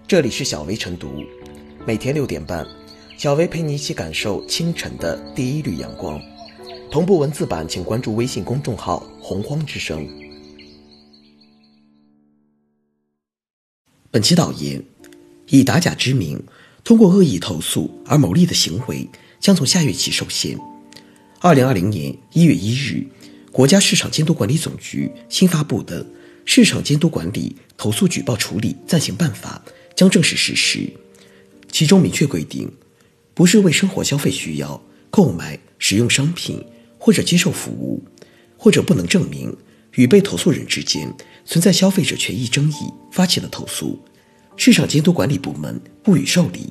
这里是小薇晨读，每天6点半，小薇陪你一起感受清晨的第一缕阳光。同步文字版请关注微信公众号洪荒之声。本期导言：以打假之名通过恶意投诉而牟利的行为将从下月起受限。2020年1月1日，国家市场监督管理总局新发布的《市场监督管理投诉举报处理暂行办法》将正式实施。其中明确规定，不是为生活消费需要购买、使用商品或者接受服务，或者不能证明与被投诉人之间存在消费者权益争议发起的投诉，市场监督管理部门不予受理。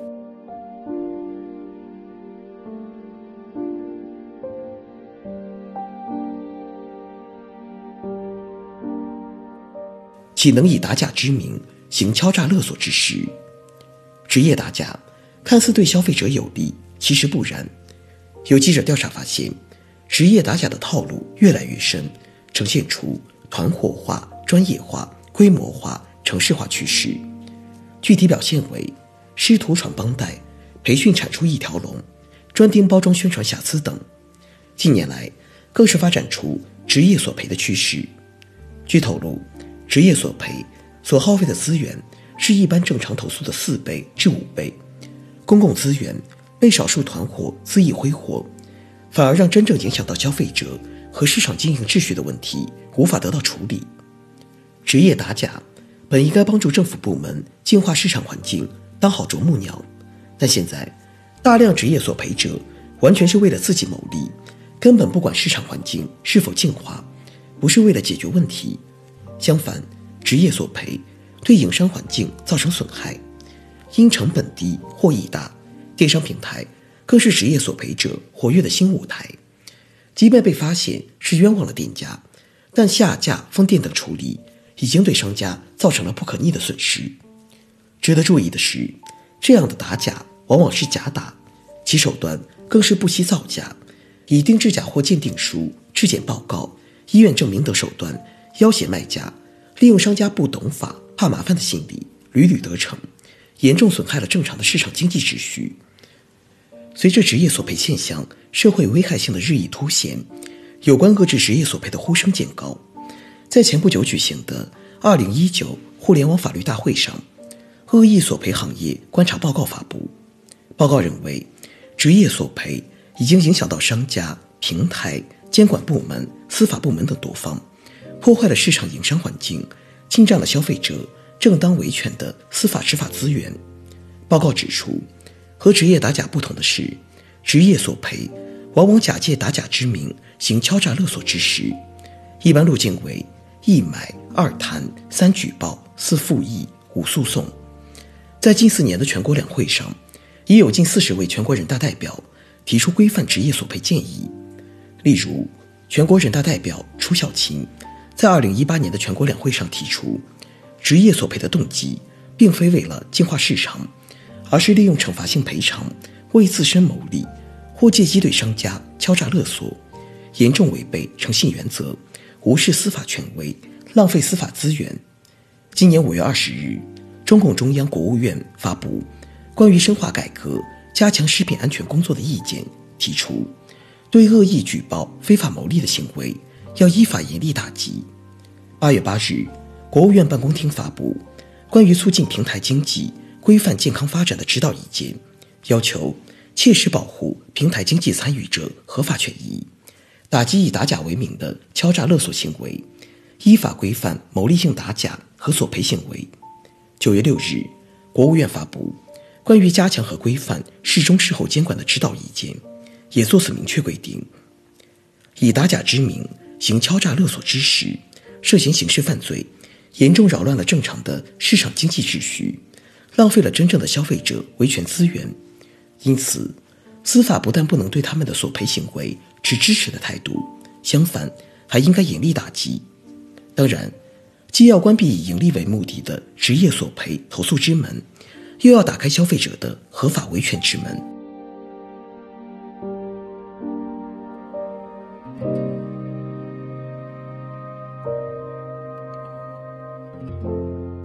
岂能以打假之名行敲诈勒索之实？职业打假看似对消费者有利，其实不然。有记者调查发现，职业打假的套路越来越深，呈现出团伙化、专业化、规模化、城市化趋势。具体表现为师徒传帮带、培训产出一条龙、专盯包装宣传瑕疵等。近年来更是发展出职业索赔的趋势。据透露，职业索赔所耗费的资源是一般正常投诉的4倍至5倍，公共资源被少数团伙恣意挥霍，反而让真正影响到消费者和市场经营秩序的问题无法得到处理。职业打假本应该帮助政府部门净化市场环境，当好啄木鸟，但现在大量职业索赔者完全是为了自己牟利，根本不管市场环境是否净化，不是为了解决问题。相反，职业索赔对营商环境造成损害，因成本低获益大，电商平台更是职业索赔者活跃的新舞台。即便被发现是冤枉了店家，但下架封店等处理已经对商家造成了不可逆的损失。值得注意的是，这样的打假往往是假打，其手段更是不惜造假，以定制假货鉴定书、质检报告、医院证明等手段要挟卖家，利用商家不懂法、怕麻烦的心理，屡屡得逞，严重损害了正常的市场经济秩序。随着职业索赔现象社会危害性的日益凸显，有关遏制职业索赔的呼声渐高。在前不久举行的2019互联网法律大会上，恶意索赔行业观察报告发布。报告认为，职业索赔已经影响到商家、平台、监管部门、司法部门等多方，破坏了市场营商环境，侵占了消费者正当维权的司法执法资源。报告指出，和职业打假不同的是，职业索赔往往假借打假之名行敲诈勒索之实，一般路径为1买2谈3举报4复议5诉讼。在近4年的全国两会上，已有近40位全国人大代表提出规范职业索赔建议。例如，全国人大代表楚小琴在2018年的全国两会上提出，职业索赔的动机并非为了净化市场，而是利用惩罚性赔偿为自身牟利，或借机对商家敲诈勒索，严重违背诚信原则，无视司法权威，浪费司法资源。今年5月20日，中共中央国务院发布关于深化改革、加强食品安全工作的意见，提出对恶意举报非法牟利的行为要依法严厉打击。8月8日，国务院办公厅发布关于促进平台经济、规范健康发展的指导意见，要求切实保护平台经济参与者合法权益，打击以打假为名的敲诈勒索行为，依法规范牟利性打假和索赔行为。9月6日，国务院发布关于加强和规范事中事后监管的指导意见，也作此明确规定，以打假之名行敲诈勒索之实，涉嫌刑事犯罪，严重扰乱了正常的市场经济秩序，浪费了真正的消费者维权资源。因此，司法不但不能对他们的索赔行为持支持的态度，相反还应该严厉打击。当然，既要关闭以盈利为目的的职业索赔投诉之门，又要打开消费者的合法维权之门。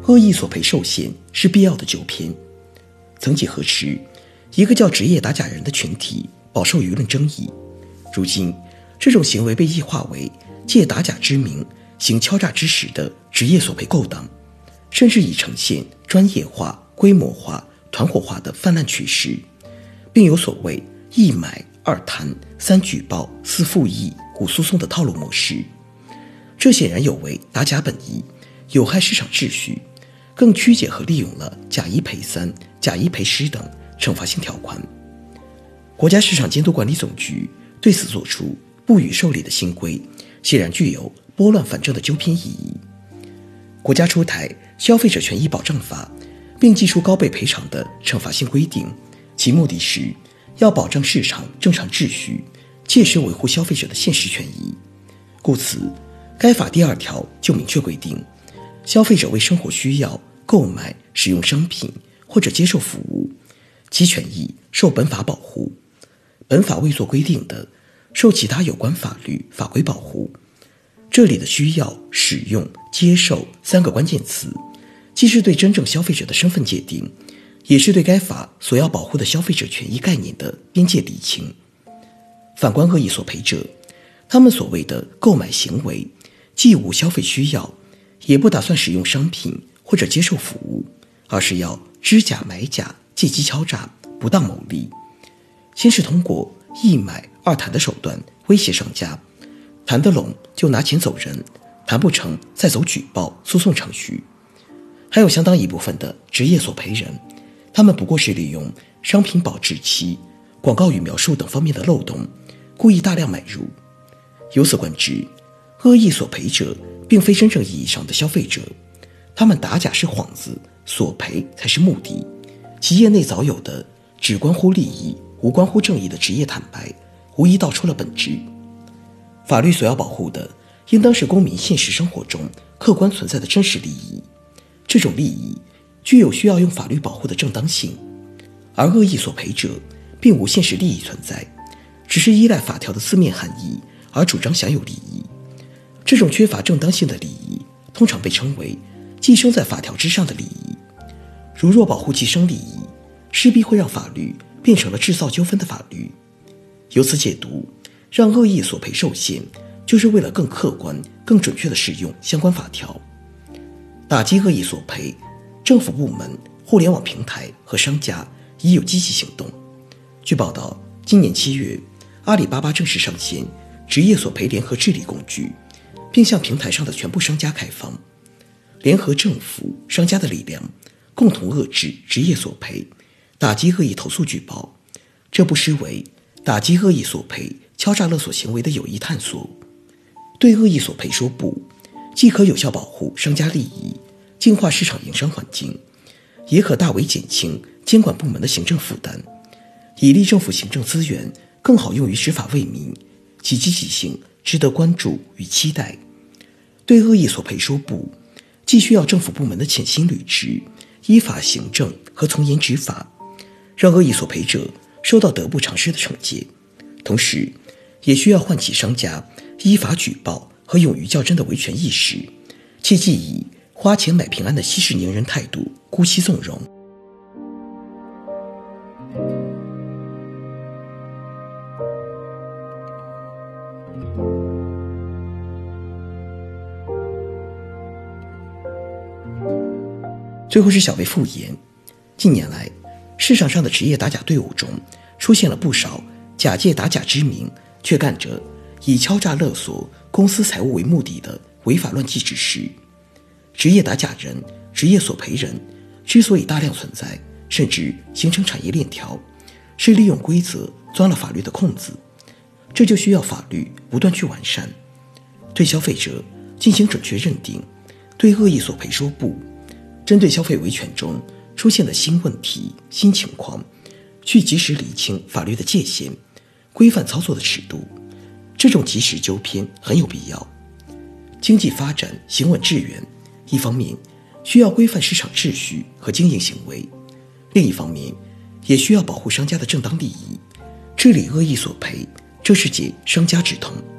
恶意索赔受限是必要的纠偏。曾几何时，一个叫职业打假人的群体饱受舆论争议，如今这种行为被异化为借打假之名行敲诈之实的职业索赔勾当，甚至已呈现专业化、规模化、团伙化的泛滥趋势，并有所谓一买、二谈、三举报、四复议、五诉讼的套路模式。这显然有违打假本意，有害市场秩序，更曲解和利用了假一赔三、假一赔十等惩罚性条款。国家市场监督管理总局对此作出不予受理的新规，显然具有拨乱反正的纠偏意义。国家出台《消费者权益保障法》，并寄出高倍赔偿的惩罚性规定，其目的是要保障市场正常秩序，切实维护消费者的现实权益。故此，该法第2条就明确规定，消费者为生活需要购买、使用商品或者接受服务，其权益受本法保护。本法未作规定的，受其他有关法律法规保护。这里的需要、使用、接受3个关键词，既是对真正消费者的身份界定，也是对该法所要保护的消费者权益概念的边界厘清。反观恶意索赔者，他们所谓的购买行为，既无消费需要，也不打算使用商品或者接受服务，而是要知假买假，借机敲诈，不当牟利。先是通过一买、二谈的手段威胁商家，谈得拢就拿钱走人，谈不成再走举报、诉讼程序。还有相当一部分的职业索赔人，他们不过是利用商品保质期、广告语描述等方面的漏洞，故意大量买入。由此观之，恶意索赔者并非真正意义上的消费者，他们打假是幌子，索赔才是目的。其业内早有的只关乎利益、无关乎正义的职业坦白，无疑道出了本质。法律所要保护的，应当是公民现实生活中客观存在的真实利益，这种利益具有需要用法律保护的正当性。而恶意索赔者并无现实利益存在，只是依赖法条的字面含义而主张享有利益。这种缺乏正当性的利益，通常被称为寄生在法条之上的利益。如若保护寄生利益，势必会让法律变成了制造纠纷的法律。由此解读，让恶意索赔受限，就是为了更客观、更准确地适用相关法条。打击恶意索赔，政府部门、互联网平台和商家已有积极行动。据报道，今年7月，阿里巴巴正式上线职业索赔联合治理工具，并向平台上的全部商家开放，联合政府、商家的力量，共同遏制职业索赔，打击恶意投诉举报。这不失为打击恶意索赔、敲诈勒索行为的有益探索。对恶意索赔说不，既可有效保护商家利益，净化市场营商环境，也可大为减轻监管部门的行政负担，以利政府行政资源更好用于执法为民，其积极性值得关注与期待。对恶意索赔说不，既需要政府部门的潜心履职，依法行政和从严执法，让恶意索赔者受到得不偿失的惩戒，同时也需要唤起商家依法举报和勇于较真的维权意识，切忌以花钱买平安的息事宁人态度姑息纵容。最后是小微复言，近年来市场上的职业打假队伍中出现了不少假借打假之名，却干着以敲诈勒索公司财物为目的的违法乱纪之事。职业打假人、职业索赔人之所以大量存在，甚至形成产业链条，是利用规则钻了法律的空子，这就需要法律不断去完善，对消费者进行准确认定，对恶意索赔说不，针对消费维权中出现的新问题、新情况，去及时理清法律的界限，规范操作的尺度。这种及时纠偏很有必要。经济发展行稳致远，一方面需要规范市场秩序和经营行为，另一方面也需要保护商家的正当利益。治理恶意索赔，这是解商家之痛。